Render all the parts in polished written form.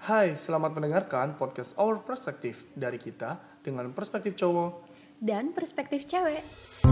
Hai, selamat mendengarkan podcast Our Perspective dari kita dengan perspektif cowok. Dan perspektif cewek.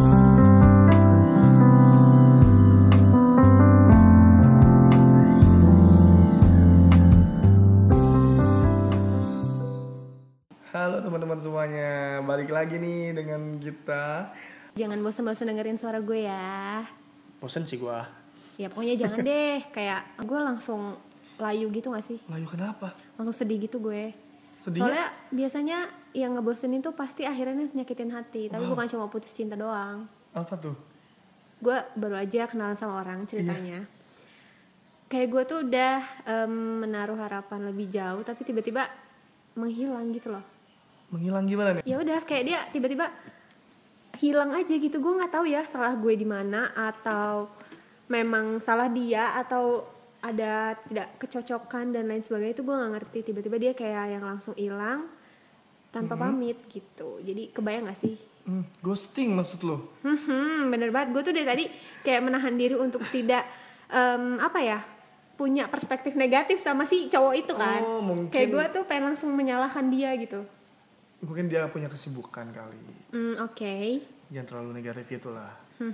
Halo teman-teman semuanya, balik lagi nih dengan kita. Jangan bosan-bosan dengerin suara gue ya. Bosen sih gua. Ya pokoknya jangan deh. Kayak gue langsung layu gitu gak sih? Layu kenapa? Langsung sedih gitu gue. Sedih? Soalnya biasanya yang ngebosenin tuh pasti akhirnya nyakitin hati. Tapi Wow. bukan cuma putus cinta doang. Apa tuh? Gue baru aja kenalan sama orang ceritanya. Kayak gue tuh udah menaruh harapan lebih jauh. Tapi tiba-tiba menghilang gitu loh. Menghilang gimana nih? Ya udah kayak dia tiba-tiba hilang aja gitu. Gue nggak tahu ya salah gue di mana atau memang salah dia atau ada tidak kecocokan dan lain sebagainya, itu gue nggak ngerti. Tiba-tiba dia kayak yang langsung hilang tanpa pamit gitu. Jadi kebayang nggak sih? Ghosting maksud lo? Bener banget. Gue tuh dari tadi kayak menahan diri untuk tidak punya perspektif negatif sama si cowok itu kan. Oh, mungkin. Kayak gue tuh pengen langsung menyalahkan dia gitu. Mungkin dia punya kesibukan kali. Oke. Jangan terlalu negatif itulah.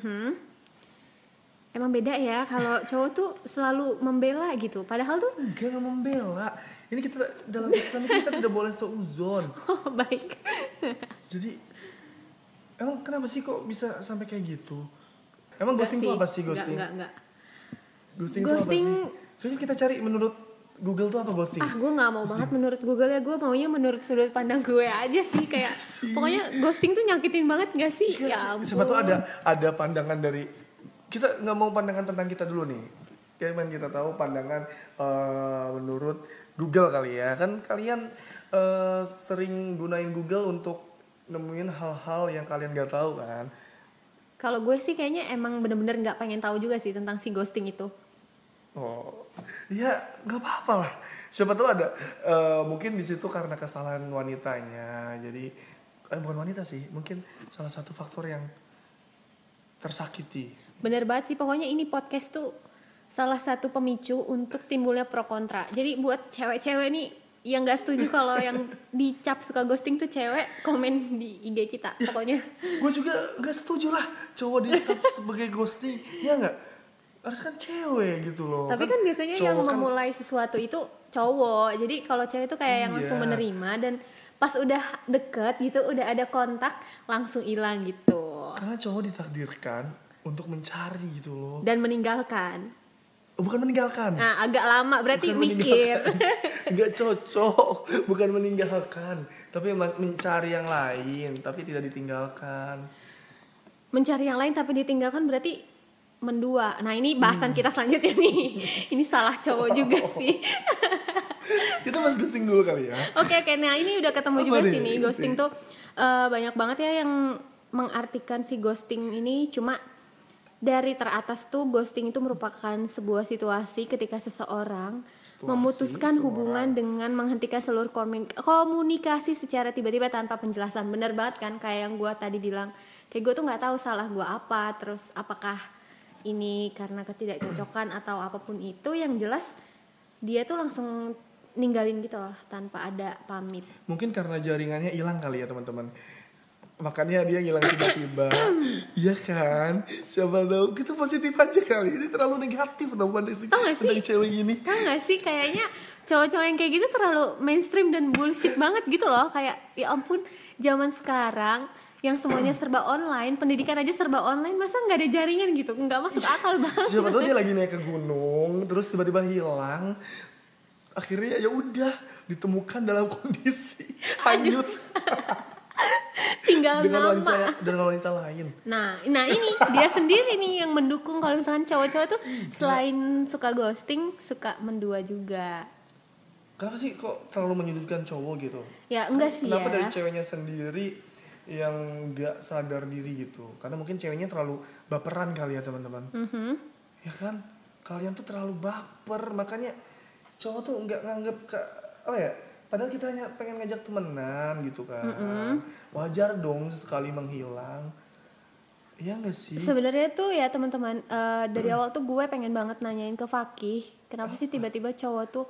Emang beda ya kalau cowok tuh selalu membela gitu. Padahal tuh Enggak membela. Ini kita dalam Islam itu kita tidak boleh seuzon. baik. Jadi emang kenapa sih kok bisa sampai kayak gitu? Emang ghosting itu apa sih ghosting? Enggak. Ghosting itu apa Ghosting sih? Soalnya kita cari menurut Google tuh apa ghosting? gue nggak mau banget menurut Google ya. Gue maunya menurut sudut pandang gue aja sih. Kayak pokoknya ghosting tuh nyakitin banget gak sih? Iya Ya sih. ampun. Siapa tuh ada pandangan dari kita, nggak mau pandangan tentang kita dulu nih. Kayak kita tahu pandangan menurut Google kali ya. Kan kalian sering gunain Google untuk nemuin hal-hal yang kalian nggak tahu kan? Kalau gue sih kayaknya emang bener-bener nggak pengen tahu juga sih tentang si ghosting itu. Oh, ya nggak apa-apa lah. Siapa tahu ada mungkin di situ karena kesalahan wanitanya. Jadi bukan wanita sih, mungkin salah satu faktor yang tersakiti. Bener banget sih. Pokoknya ini podcast tuh salah satu pemicu untuk timbulnya pro kontra. Jadi buat cewek-cewek nih yang nggak setuju kalau yang dicap suka ghosting tuh cewek, komen di IG kita. Pokoknya Gue juga nggak setuju lah cowok ditetap sebagai ghosting, ya nggak? Harus kan cewek gitu loh. tapi kan biasanya yang cowok kan- memulai sesuatu itu cowok. Jadi kalau cewek itu kayak yang Iya. langsung menerima dan pas udah deket gitu, udah ada kontak langsung hilang gitu karena cowok ditakdirkan untuk mencari gitu loh. dan meninggalkan. Bukan meninggalkan. Nah agak lama berarti Bukan mikir. meninggalkan. Nggak cocok. Bukan meninggalkan, tapi mencari yang lain tapi tidak ditinggalkan. Mencari yang lain tapi ditinggalkan berarti mendua. Nah ini bahasan kita selanjutnya nih. Ini salah cowok juga sih. Kita bahas ghosting dulu kali ya. Oke, nah ini udah ketemu Apa juga nih, sih nih. Ghosting ghosting? tuh banyak banget ya yang mengartikan si ghosting ini. Cuma dari teratas tuh ghosting itu merupakan sebuah situasi ketika seseorang memutuskan hubungan dengan menghentikan seluruh komunikasi secara tiba-tiba tanpa penjelasan. Bener banget kan kayak yang gue tadi bilang. Kayak gue tuh nggak tahu salah gue apa, terus apakah ini karena ketidakcocokan atau apapun itu. Yang jelas dia tuh langsung ninggalin gitu loh tanpa ada pamit. Mungkin karena jaringannya hilang kali ya teman-teman. Makanya dia hilang tiba-tiba. Iya kan? Siapa tahu kita positif aja kali. Ini terlalu negatif teman-teman tentang cewek gini. Tahu gak sih kayaknya cowok-cowok yang kayak gitu terlalu mainstream dan bullshit banget gitu loh. Kayak ya ampun, zaman sekarang yang semuanya serba online, pendidikan aja serba online, masa nggak ada jaringan gitu? Nggak masuk akal banget. Siapa tahu dia lagi naik ke gunung terus tiba-tiba hilang. Akhirnya ya udah ditemukan dalam kondisi hanyut Tinggal nama. dengan wanita lain. Nah ini dia sendiri nih yang mendukung kalau misalkan cowok-cowok tuh selain suka ghosting, suka mendua juga. Kenapa sih kok terlalu menyudutkan cowok gitu? Ya enggak sih Kenapa ya. dari ceweknya sendiri yang nggak sadar diri gitu? Karena mungkin ceweknya terlalu baperan kali ya teman-teman. Ya kan? Kalian tuh terlalu baper, makanya cowok tuh nggak nganggep apa ya? Padahal kita hanya pengen ngajak temenan gitu kan. Wajar dong sesekali menghilang. Iya nggak sih? Sebenarnya tuh ya teman-teman, dari awal tuh gue pengen banget nanyain ke Fakih, kenapa sih tiba-tiba cowok tuh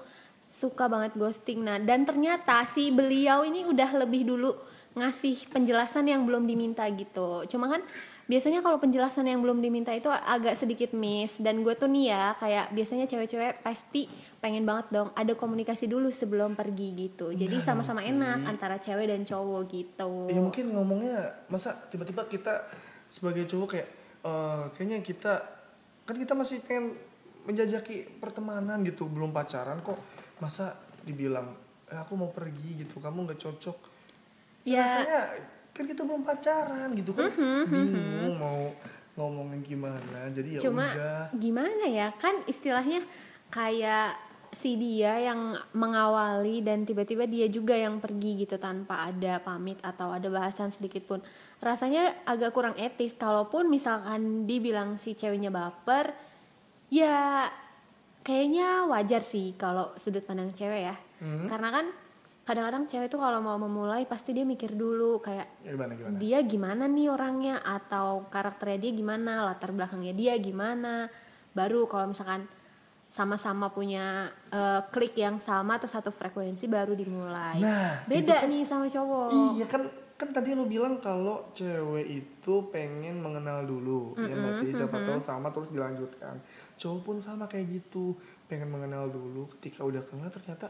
suka banget ghosting. Nah, dan ternyata si beliau ini udah lebih dulu ngasih penjelasan yang belum diminta gitu. Cuma kan biasanya kalau penjelasan yang belum diminta itu agak sedikit miss. Dan gue tuh nih ya, kayak biasanya cewek-cewek pasti pengen banget dong ada komunikasi dulu sebelum pergi gitu. Jadi sama-sama enak antara cewek dan cowok gitu. Ya mungkin ngomongnya masa tiba-tiba kita sebagai cowok kayak kayaknya kita masih pengen menjajaki pertemanan gitu, belum pacaran kok, masa dibilang aku mau pergi gitu, kamu nggak cocok. Ya rasanya kan kita belum pacaran gitu kan, bingung mau ngomongin gimana. Jadi ya cuma udah. gimana ya, kan istilahnya kayak si dia yang mengawali dan tiba-tiba dia juga yang pergi gitu tanpa ada pamit atau ada bahasan sedikit pun. Rasanya agak kurang etis. Kalaupun misalkan dibilang si ceweknya baper, ya kayaknya wajar sih kalau sudut pandang cewek ya. Karena kan kadang-kadang cewek tuh kalau mau memulai pasti dia mikir dulu kayak Gimana? dia gimana nih orangnya, atau karakternya dia gimana, latar belakangnya dia gimana. Baru kalau misalkan sama-sama punya klik yang sama atau satu frekuensi baru dimulai. Nah, beda kan, nih sama cowok. Iya kan tadi lu bilang kalau cewek itu pengen mengenal dulu, ya nggak sih? Siapa tahu sama terus dilanjutkan. Cowok pun sama kayak gitu, pengen mengenal dulu. Ketika udah kenal ternyata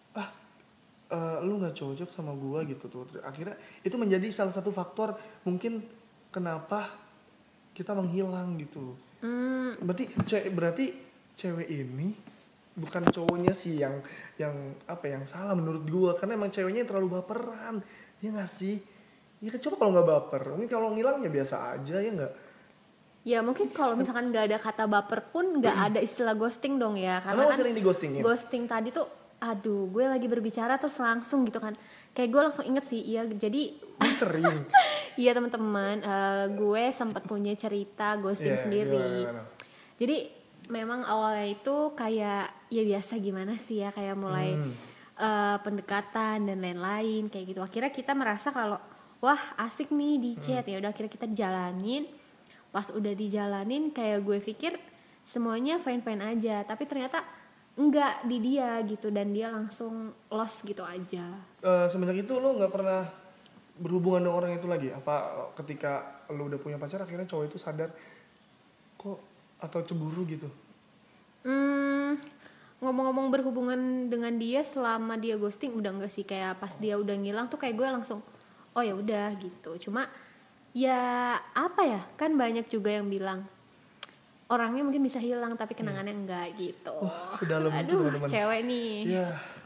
lu nggak cocok sama gua gitu tuh. Akhirnya itu menjadi salah satu faktor mungkin kenapa kita menghilang gitu. Berarti cewek ini bukan cowoknya sih yang salah menurut gua, karena emang ceweknya yang terlalu baperan. Ya nggak sih? Ya coba kalau nggak baper, mungkin kalau ngilang ya biasa aja, ya nggak? Ya mungkin kalau misalkan nggak ada kata baper pun nggak ada istilah ghosting dong ya, karena Emang kan sering di ghostingin? Ghosting tadi tuh, aduh gue lagi berbicara terus langsung gitu kan, kayak gue langsung inget sih. Iya jadi sering. iya teman-teman, gue sempat punya cerita ghosting sendiri. Gimana? Jadi memang awalnya itu kayak ya biasa gimana sih ya, kayak mulai pendekatan dan lain-lain kayak gitu. Akhirnya kita merasa kalau wah asik nih di chat, ya udah akhirnya kita jalanin. Pas udah dijalanin kayak gue pikir semuanya fine-fine aja, tapi ternyata enggak di dia gitu, dan dia langsung lost gitu aja. Semenjak itu lo nggak pernah berhubungan dengan orang itu lagi? Apa ketika lo udah punya pacar akhirnya cowok itu sadar kok, atau cemburu gitu? Ngomong-ngomong berhubungan dengan dia selama dia ghosting udah enggak sih, kayak pas dia udah ngilang tuh kayak gue langsung oh ya udah gitu. Cuma ya apa ya, kan banyak juga yang bilang orangnya mungkin bisa hilang tapi kenangannya enggak gitu. Wah, sedalam itu aduh, teman-teman. cewek nih. Ya,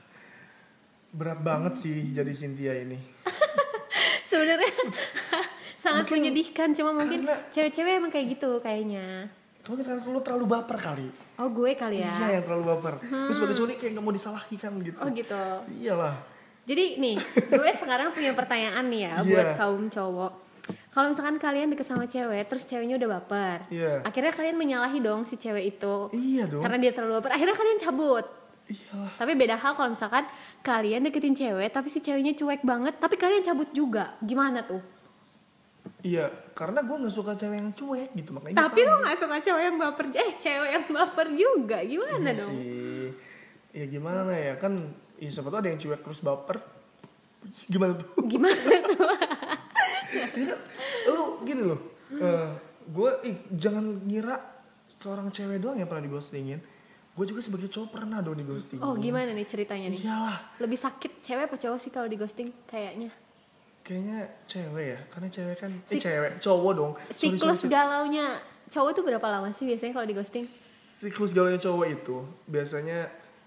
berat banget sih jadi Cynthia ini. Sebenarnya sangat mungkin menyedihkan, cuma mungkin karena- cewek-cewek emang kayak gitu kayaknya. Mungkin karena lo terlalu baper kali. Oh gue kali ya. Iya, yang terlalu baper. Terus sebagai cowok kayak nggak mau disalahi kan gitu. Oh gitu. Iyalah. Jadi nih, gue sekarang punya pertanyaan nih ya buat kaum cowok. Kalau misalkan kalian deket sama cewek, terus ceweknya udah baper, akhirnya kalian menyalahi dong si cewek itu. Iya dong. Karena dia terlalu baper, akhirnya kalian cabut. Iyalah. Tapi beda hal kalau misalkan kalian deketin cewek, tapi si ceweknya cuek banget, tapi kalian cabut juga. Gimana tuh? Iya, karena gue nggak suka cewek yang cuek gitu, makanya. Tapi lo nggak suka cewek yang baper, cewek yang baper juga, gimana iya dong? Sih. Ya gimana ya, kan ya siapa tuh ada yang cuek terus baper. Gimana tuh? Gimana tuh? Ya kan, lu gini loh. Gue jangan ngira seorang cewek doang yang pernah digostingin. Gue juga sebagai cowok pernah dong digostingin. Oh gimana nih ceritanya nih? Iyalah. Lebih sakit cewek apa cowok sih kalau digosting kayaknya? Kayaknya cewek ya, karena cewek kan cowok dong. Siklus galaunya cowok tuh berapa lama sih biasanya kalau digosting? Siklus galaunya cowok itu biasanya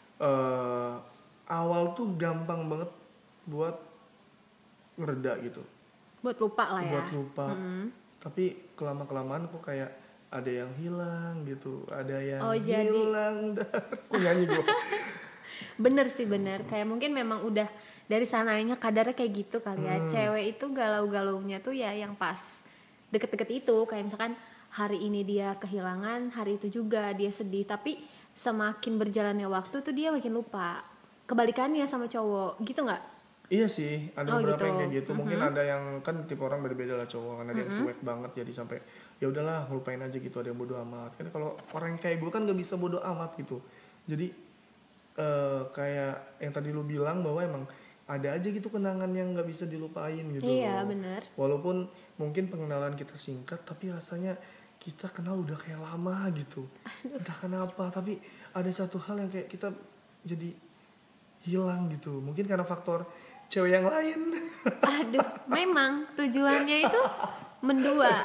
awal tuh gampang banget buat ngereda gitu. Buat lupa lah ya. Buat lupa. Tapi kelama-kelamaan kok kayak ada yang hilang gitu, ada yang hilang. Aku nyanyi gue. Bener sih, bener. Kayak mungkin memang udah dari sananya kadarnya kayak gitu kali ya. Cewek itu galau-galaunya tuh ya yang pas deket-deket itu. Kayak misalkan hari ini dia kehilangan, hari itu juga dia sedih. Tapi semakin berjalannya waktu tuh dia makin lupa. Kebalikannya sama cowok, gitu nggak? Iya sih, ada beberapa gitu. yang kayak gitu. Mungkin ada yang kan tipe orang beda-beda lah cowok. Kan ada yang cuek banget jadi sampai ya udahlah ngelupain aja gitu. Ada yang bodo amat. Kan kalau orang yang kayak gue kan nggak bisa bodo amat gitu. Jadi kayak yang tadi lu bilang bahwa emang ada aja gitu kenangan yang nggak bisa dilupain gitu. Iya, benar. Walaupun mungkin pengenalan kita singkat, tapi rasanya kita kenal udah kayak lama gitu. Entah kenapa, tapi ada satu hal yang kayak kita jadi hilang gitu. Mungkin karena faktor cewek yang lain. Aduh, memang tujuannya itu mendua.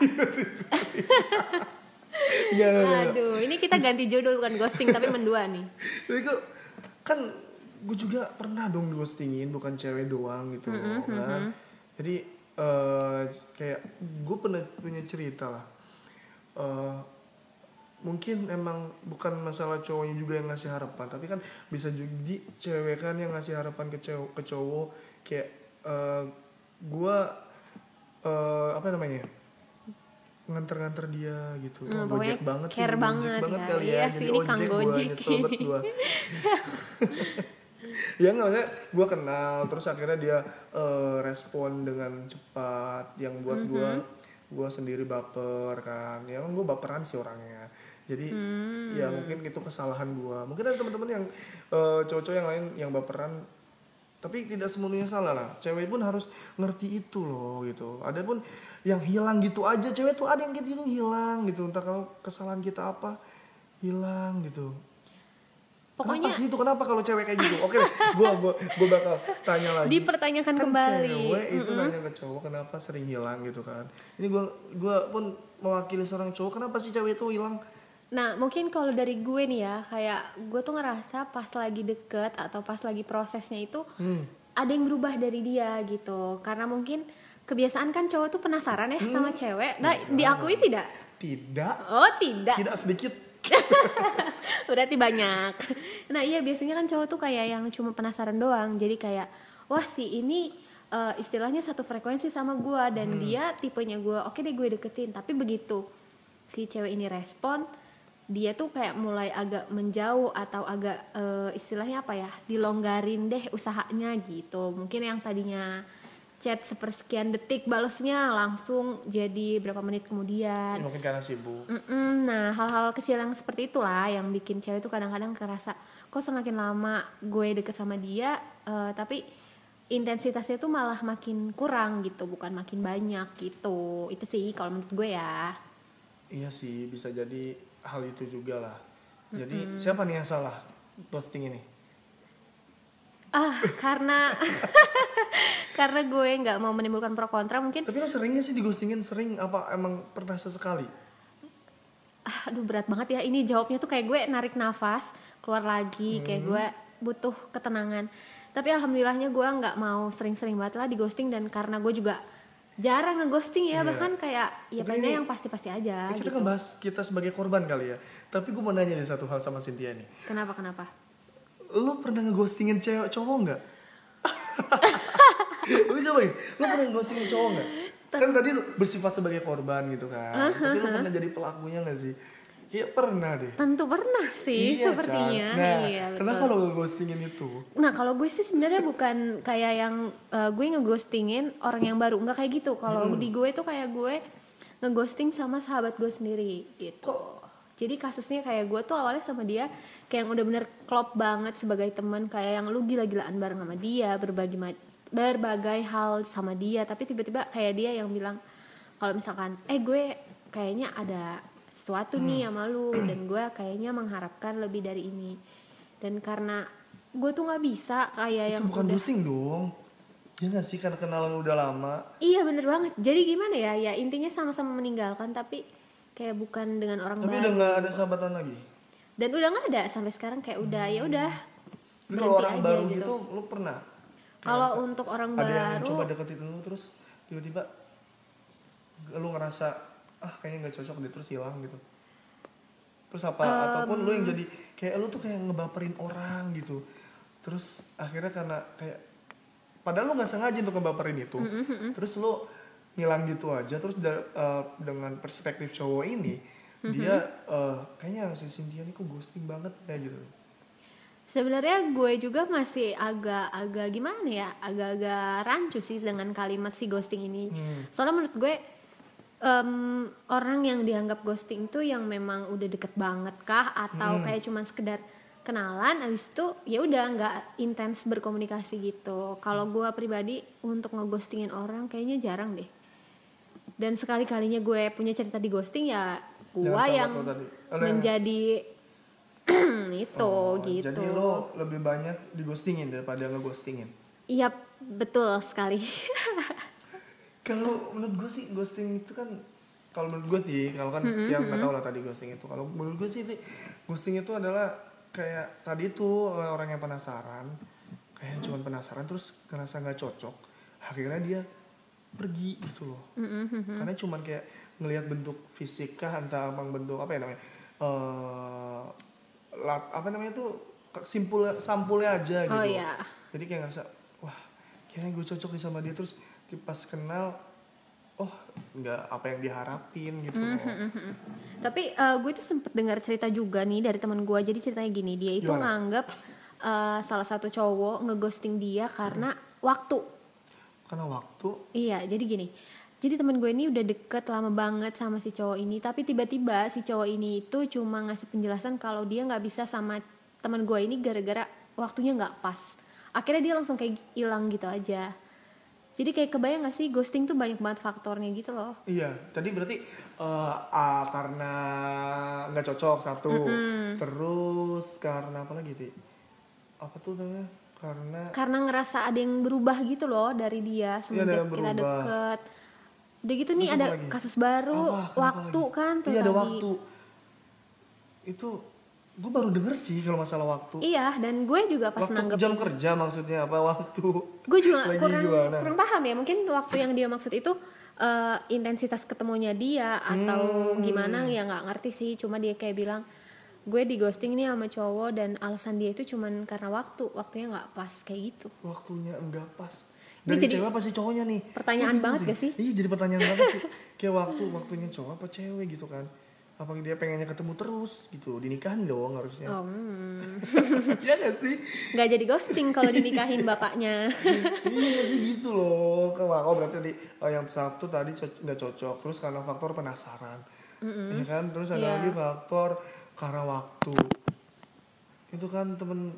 Aduh, ini kita ganti judul bukan ghosting tapi mendua nih. Jadi kan gue juga pernah dong ghostingin, bukan cewek doang gitu kan. Jadi kayak gue pernah punya cerita lah. Mungkin emang bukan masalah cowoknya juga yang ngasih harapan, tapi kan bisa jadi cewek kan yang ngasih harapan ke cowok kayak gue apa namanya nganter dia gitu. Gojek banget sih, care banget kali ya. Iya Jadi sih, ini Kang Gojek. nyesel banget gue. Ya nggak, maksudnya gue kenal terus akhirnya dia respon dengan cepat yang buat gue sendiri baper kan. Ya kan gue baperan sih orangnya. Jadi ya mungkin itu kesalahan gue. Mungkin ada teman-teman yang cowok-cowok yang lain yang baperan, tapi tidak semuanya salah lah. Cewek pun harus ngerti itu loh gitu. Ada pun yang hilang gitu aja, cewek tuh ada yang gitu hilang gitu. Entah kalau kesalahan kita apa hilang gitu. Pokoknya kenapa sih itu? Kenapa kalau cewek kayak gitu? Oke, gue bakal tanya lagi. Dipertanyakan kan kembali. Cewek itu nanya ke cowok kenapa sering hilang gitu kan. Ini gue pun mewakili seorang cowok, kenapa sih cewek itu hilang? Nah, mungkin kalau dari gue nih ya, kayak gue tuh ngerasa pas lagi deket atau pas lagi prosesnya itu ada yang berubah dari dia gitu. Karena mungkin kebiasaan kan cowok tuh penasaran ya sama cewek. Nah, diakui tidak? Tidak. Oh, tidak. Tidak sedikit. Berarti banyak. Nah iya, biasanya kan cowok tuh kayak yang cuma penasaran doang. Jadi kayak wah si ini istilahnya satu frekuensi sama gue dan dia tipenya gue, oke deh gue deketin. Tapi begitu si cewek ini respon, dia tuh kayak mulai agak menjauh atau agak istilahnya apa ya, dilonggarin deh usahanya gitu. Mungkin yang tadinya chat sepersekian detik balesnya langsung jadi berapa menit kemudian. Mungkin karena sibuk. Nah hal-hal kecil yang seperti itulah yang bikin cewek tuh kadang-kadang kerasa kok semakin lama gue deket sama dia tapi intensitasnya tuh malah makin kurang gitu, bukan makin banyak gitu. Itu sih kalau menurut gue ya. Iya sih, bisa jadi hal itu juga lah. Jadi siapa nih yang salah posting ini? Karena karena gue nggak mau menimbulkan pro kontra mungkin. Tapi lo sering gak sih dighostingin? Sering apa emang pernah sesekali? Aduh berat banget ya ini jawabnya tuh, kayak gue narik nafas keluar lagi, kayak gue butuh ketenangan. Tapi alhamdulillahnya gue nggak mau sering-sering banget lah di ghosting, dan karena gue juga jarang ngeghosting ya, bahkan kayak ya pengennya yang pasti-pasti aja. Kita gitu. kan bahas kita sebagai korban kali ya. Tapi gue mau nanya nih satu hal sama Cynthia nih. Kenapa? Lo pernah ngeghostingin cowok nggak? Lu coba nih, lo pernah ngeghostingin cowok nggak? Kan tadi lo bersifat sebagai korban gitu kan. Tapi lo pernah jadi pelakunya nggak sih? Iya pernah deh. Tentu pernah sih, iya, sepertinya. Kan? Nah, iya, kenapa lo ngeghostingin itu? Nah kalau gue sih sebenarnya bukan kayak yang gue ngeghostingin orang yang baru, nggak kayak gitu. Kalau di gue tuh kayak gue ngeghosting sama sahabat gue sendiri gitu. Jadi kasusnya kayak gue tuh awalnya sama dia kayak yang udah bener klop banget sebagai teman, kayak yang lu gila-gilaan bareng sama dia, berbagai hal sama dia. Tapi tiba-tiba kayak dia yang bilang kalau misalkan gue kayaknya ada sesuatu nih sama lu, dan gue kayaknya mengharapkan lebih dari ini. Dan karena gue tuh nggak bisa kayak itu yang bukan ghosting dong. Ya nggak sih, karena kenalan udah lama. Iya bener banget. Jadi gimana ya? Ya intinya sama-sama meninggalkan, tapi kayak bukan dengan orang tapi baru. Tapi udah nggak ada sahabatan lagi. Dan udah nggak ada sampai sekarang, kayak udah ya udah. Kalau orang aja baru gitu, lu pernah? Kalau untuk orang ada baru. Ada yang coba deketin lu terus tiba-tiba lu ngerasa kayaknya nggak cocok deh, terus hilang gitu. Terus apa? Ataupun lu yang jadi kayak lu tuh kayak ngebaperin orang gitu. Terus akhirnya karena kayak padahal lu nggak sengaja untuk ngebaperin itu, terus lu ngilang gitu aja. Terus dengan perspektif cowok ini, dia kayaknya si Cynthia ini kok ghosting banget ya gitu. Sebenarnya gue juga masih agak gimana ya, agak rancu sih dengan kalimat si ghosting ini. Soalnya menurut gue orang yang dianggap ghosting itu yang memang udah deket banget kah, atau kayak cuman sekedar kenalan, abis itu ya udah nggak intens berkomunikasi gitu. Kalau gue pribadi untuk ngeghostingin orang kayaknya jarang deh. Dan sekali-kalinya gue punya cerita di ghosting ya gue yang menjadi itu gitu. Jadi lo lebih banyak di ghostingin daripada ngeghostingin? Iya betul sekali. Kalau menurut gue sih ghosting itu kan, kalau menurut gue sih, kalau kan yang nggak tahu lah tadi ghosting itu. Kalau menurut gue sih ghosting itu adalah kayak tadi tuh orang yang penasaran, kayak cuma penasaran terus ngerasa nggak cocok, akhirnya dia pergi gitu loh. Karena cuma kayak ngelihat bentuk fisik kah, entah emang bentuk apa ya namanya, apa namanya tuh sampulnya aja gitu. Oh iya. Jadi kayak ngerasa wah kayaknya gue cocok nih sama dia, terus pas kenal nggak apa yang diharapin gitu loh. Tapi gue tuh sempet dengar cerita juga nih dari teman gue. Jadi ceritanya gini, dia itu nganggap salah satu cowok ngeghosting dia karena waktu. Karena waktu? Iya, jadi gini. Jadi teman gue ini udah deket lama banget sama si cowok ini, tapi tiba-tiba si cowok ini itu cuma ngasih penjelasan kalau dia nggak bisa sama teman gue ini gara-gara waktunya nggak pas. Akhirnya dia langsung kayak hilang gitu aja. Jadi kayak kebayang gak sih ghosting tuh banyak banget faktornya gitu loh. Iya, tadi berarti karena nggak cocok satu, terus karena apa lagi sih? Apa tuh namanya? Karena ngerasa ada yang berubah gitu loh dari dia semenjak kita deket. Udah gitu nih ada lagi kasus baru, waktu lagi? Kan tuh. Iya ada waktu. Itu gue baru denger sih kalau masalah waktu. Iya, dan gue juga pas nanggepin jam kerja maksudnya apa waktu? Gue juga kurang paham ya. Mungkin waktu yang dia maksud itu intensitas ketemunya dia atau gimana ya nggak ngerti sih. Cuma dia kayak bilang gue di ghosting nih sama cowok dan alasan dia itu cuman karena waktunya nggak pas kayak gitu. Waktunya enggak pas. Dari cewek apa sih cowoknya nih? Pertanyaan banget gak sih? Iya jadi pertanyaan banget sih. Kayak waktunya cowok apa cewek gitu kan? Apa dia pengennya ketemu terus gitu? Dinikahin dong harusnya. Iya gak sih? Gak jadi ghosting kalau dinikahin bapaknya. Iya gak sih gitu loh. Kalau berarti tadi yang satu tadi nggak cocok. Terus karena faktor penasaran, ya kan? Terus ada lagi faktor karena waktu. Itu kan temen,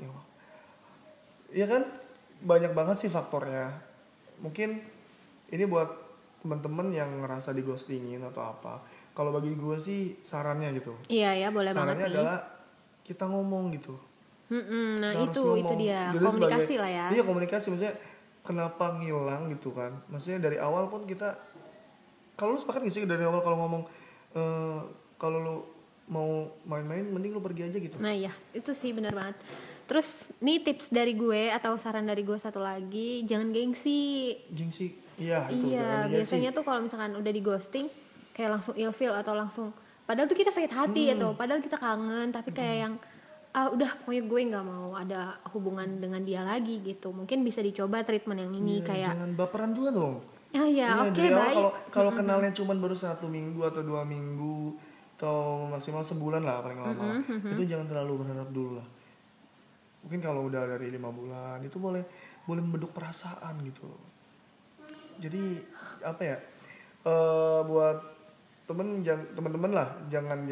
ya kan? Banyak banget sih faktornya. Mungkin ini buat teman-teman yang ngerasa di ghostingin atau apa. Kalau bagi gue sih sarannya gitu. Iya ya boleh banget nih. Sarannya adalah kita ngomong gitu. Nah itu dia. Jadi komunikasi lah ya. Iya komunikasi, maksudnya kenapa ngilang gitu kan. Maksudnya dari awal pun kita, kalau lu sepakat gak sih dari awal kalau ngomong kalau lu mau main-main mending lu pergi aja gitu. Nah iya itu sih benar banget. Terus nih tips dari gue atau saran dari gue satu lagi, jangan gengsi. Iya itu. Iya biasanya tuh kalau misalkan udah di ghosting kayak langsung ilfeel atau langsung padahal tuh kita sakit hati atau padahal kita kangen tapi kayak yang udah pokoknya gue nggak mau ada hubungan dengan dia lagi gitu. Mungkin bisa dicoba treatment yang ini kayak jangan baperan juga dong. Oke, baik. Kalau kenalnya cuma baru 1 minggu atau 2 minggu atau maksimal sebulan lah paling lama, itu jangan terlalu berharap dulu lah. Mungkin kalau udah dari 5 bulan itu boleh membentuk perasaan gitu. Jadi apa ya? Buat teman-teman lah jangan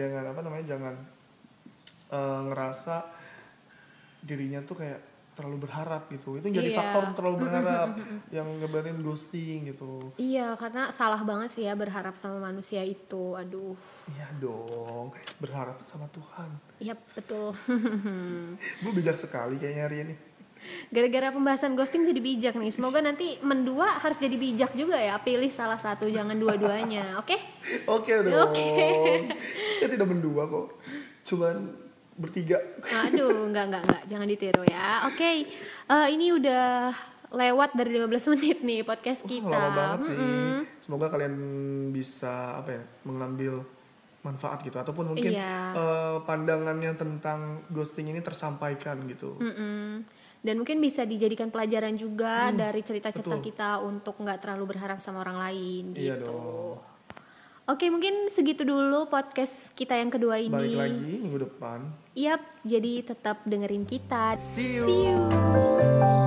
ngerasa dirinya tuh kayak terlalu berharap gitu. Itu jadi faktor terlalu berharap yang nyebarin ghosting gitu. Iya, karena salah banget sih ya berharap sama manusia itu. Aduh. Iya dong, berharap sama Tuhan. Iya, betul. Gue bijak sekali kayaknya hari ini. Gara-gara pembahasan ghosting jadi bijak nih. Semoga nanti mendua harus jadi bijak juga ya. Pilih salah satu, jangan dua-duanya. Oke? Oke dong. Saya tidak mendua kok. Cuman bertiga. Aduh, enggak. Jangan ditiru ya. Oke. Ini udah lewat dari 15 menit nih podcast kita. Lama banget sih. Semoga kalian bisa mengambil manfaat gitu ataupun mungkin pandangannya tentang ghosting ini tersampaikan gitu. Dan mungkin bisa dijadikan pelajaran juga dari cerita-cerita kita untuk nggak terlalu berharap sama orang lain gitu. Iya dong. Oke, mungkin segitu dulu podcast kita yang kedua ini. Balik lagi minggu depan. Yap, jadi tetap dengerin kita. See you.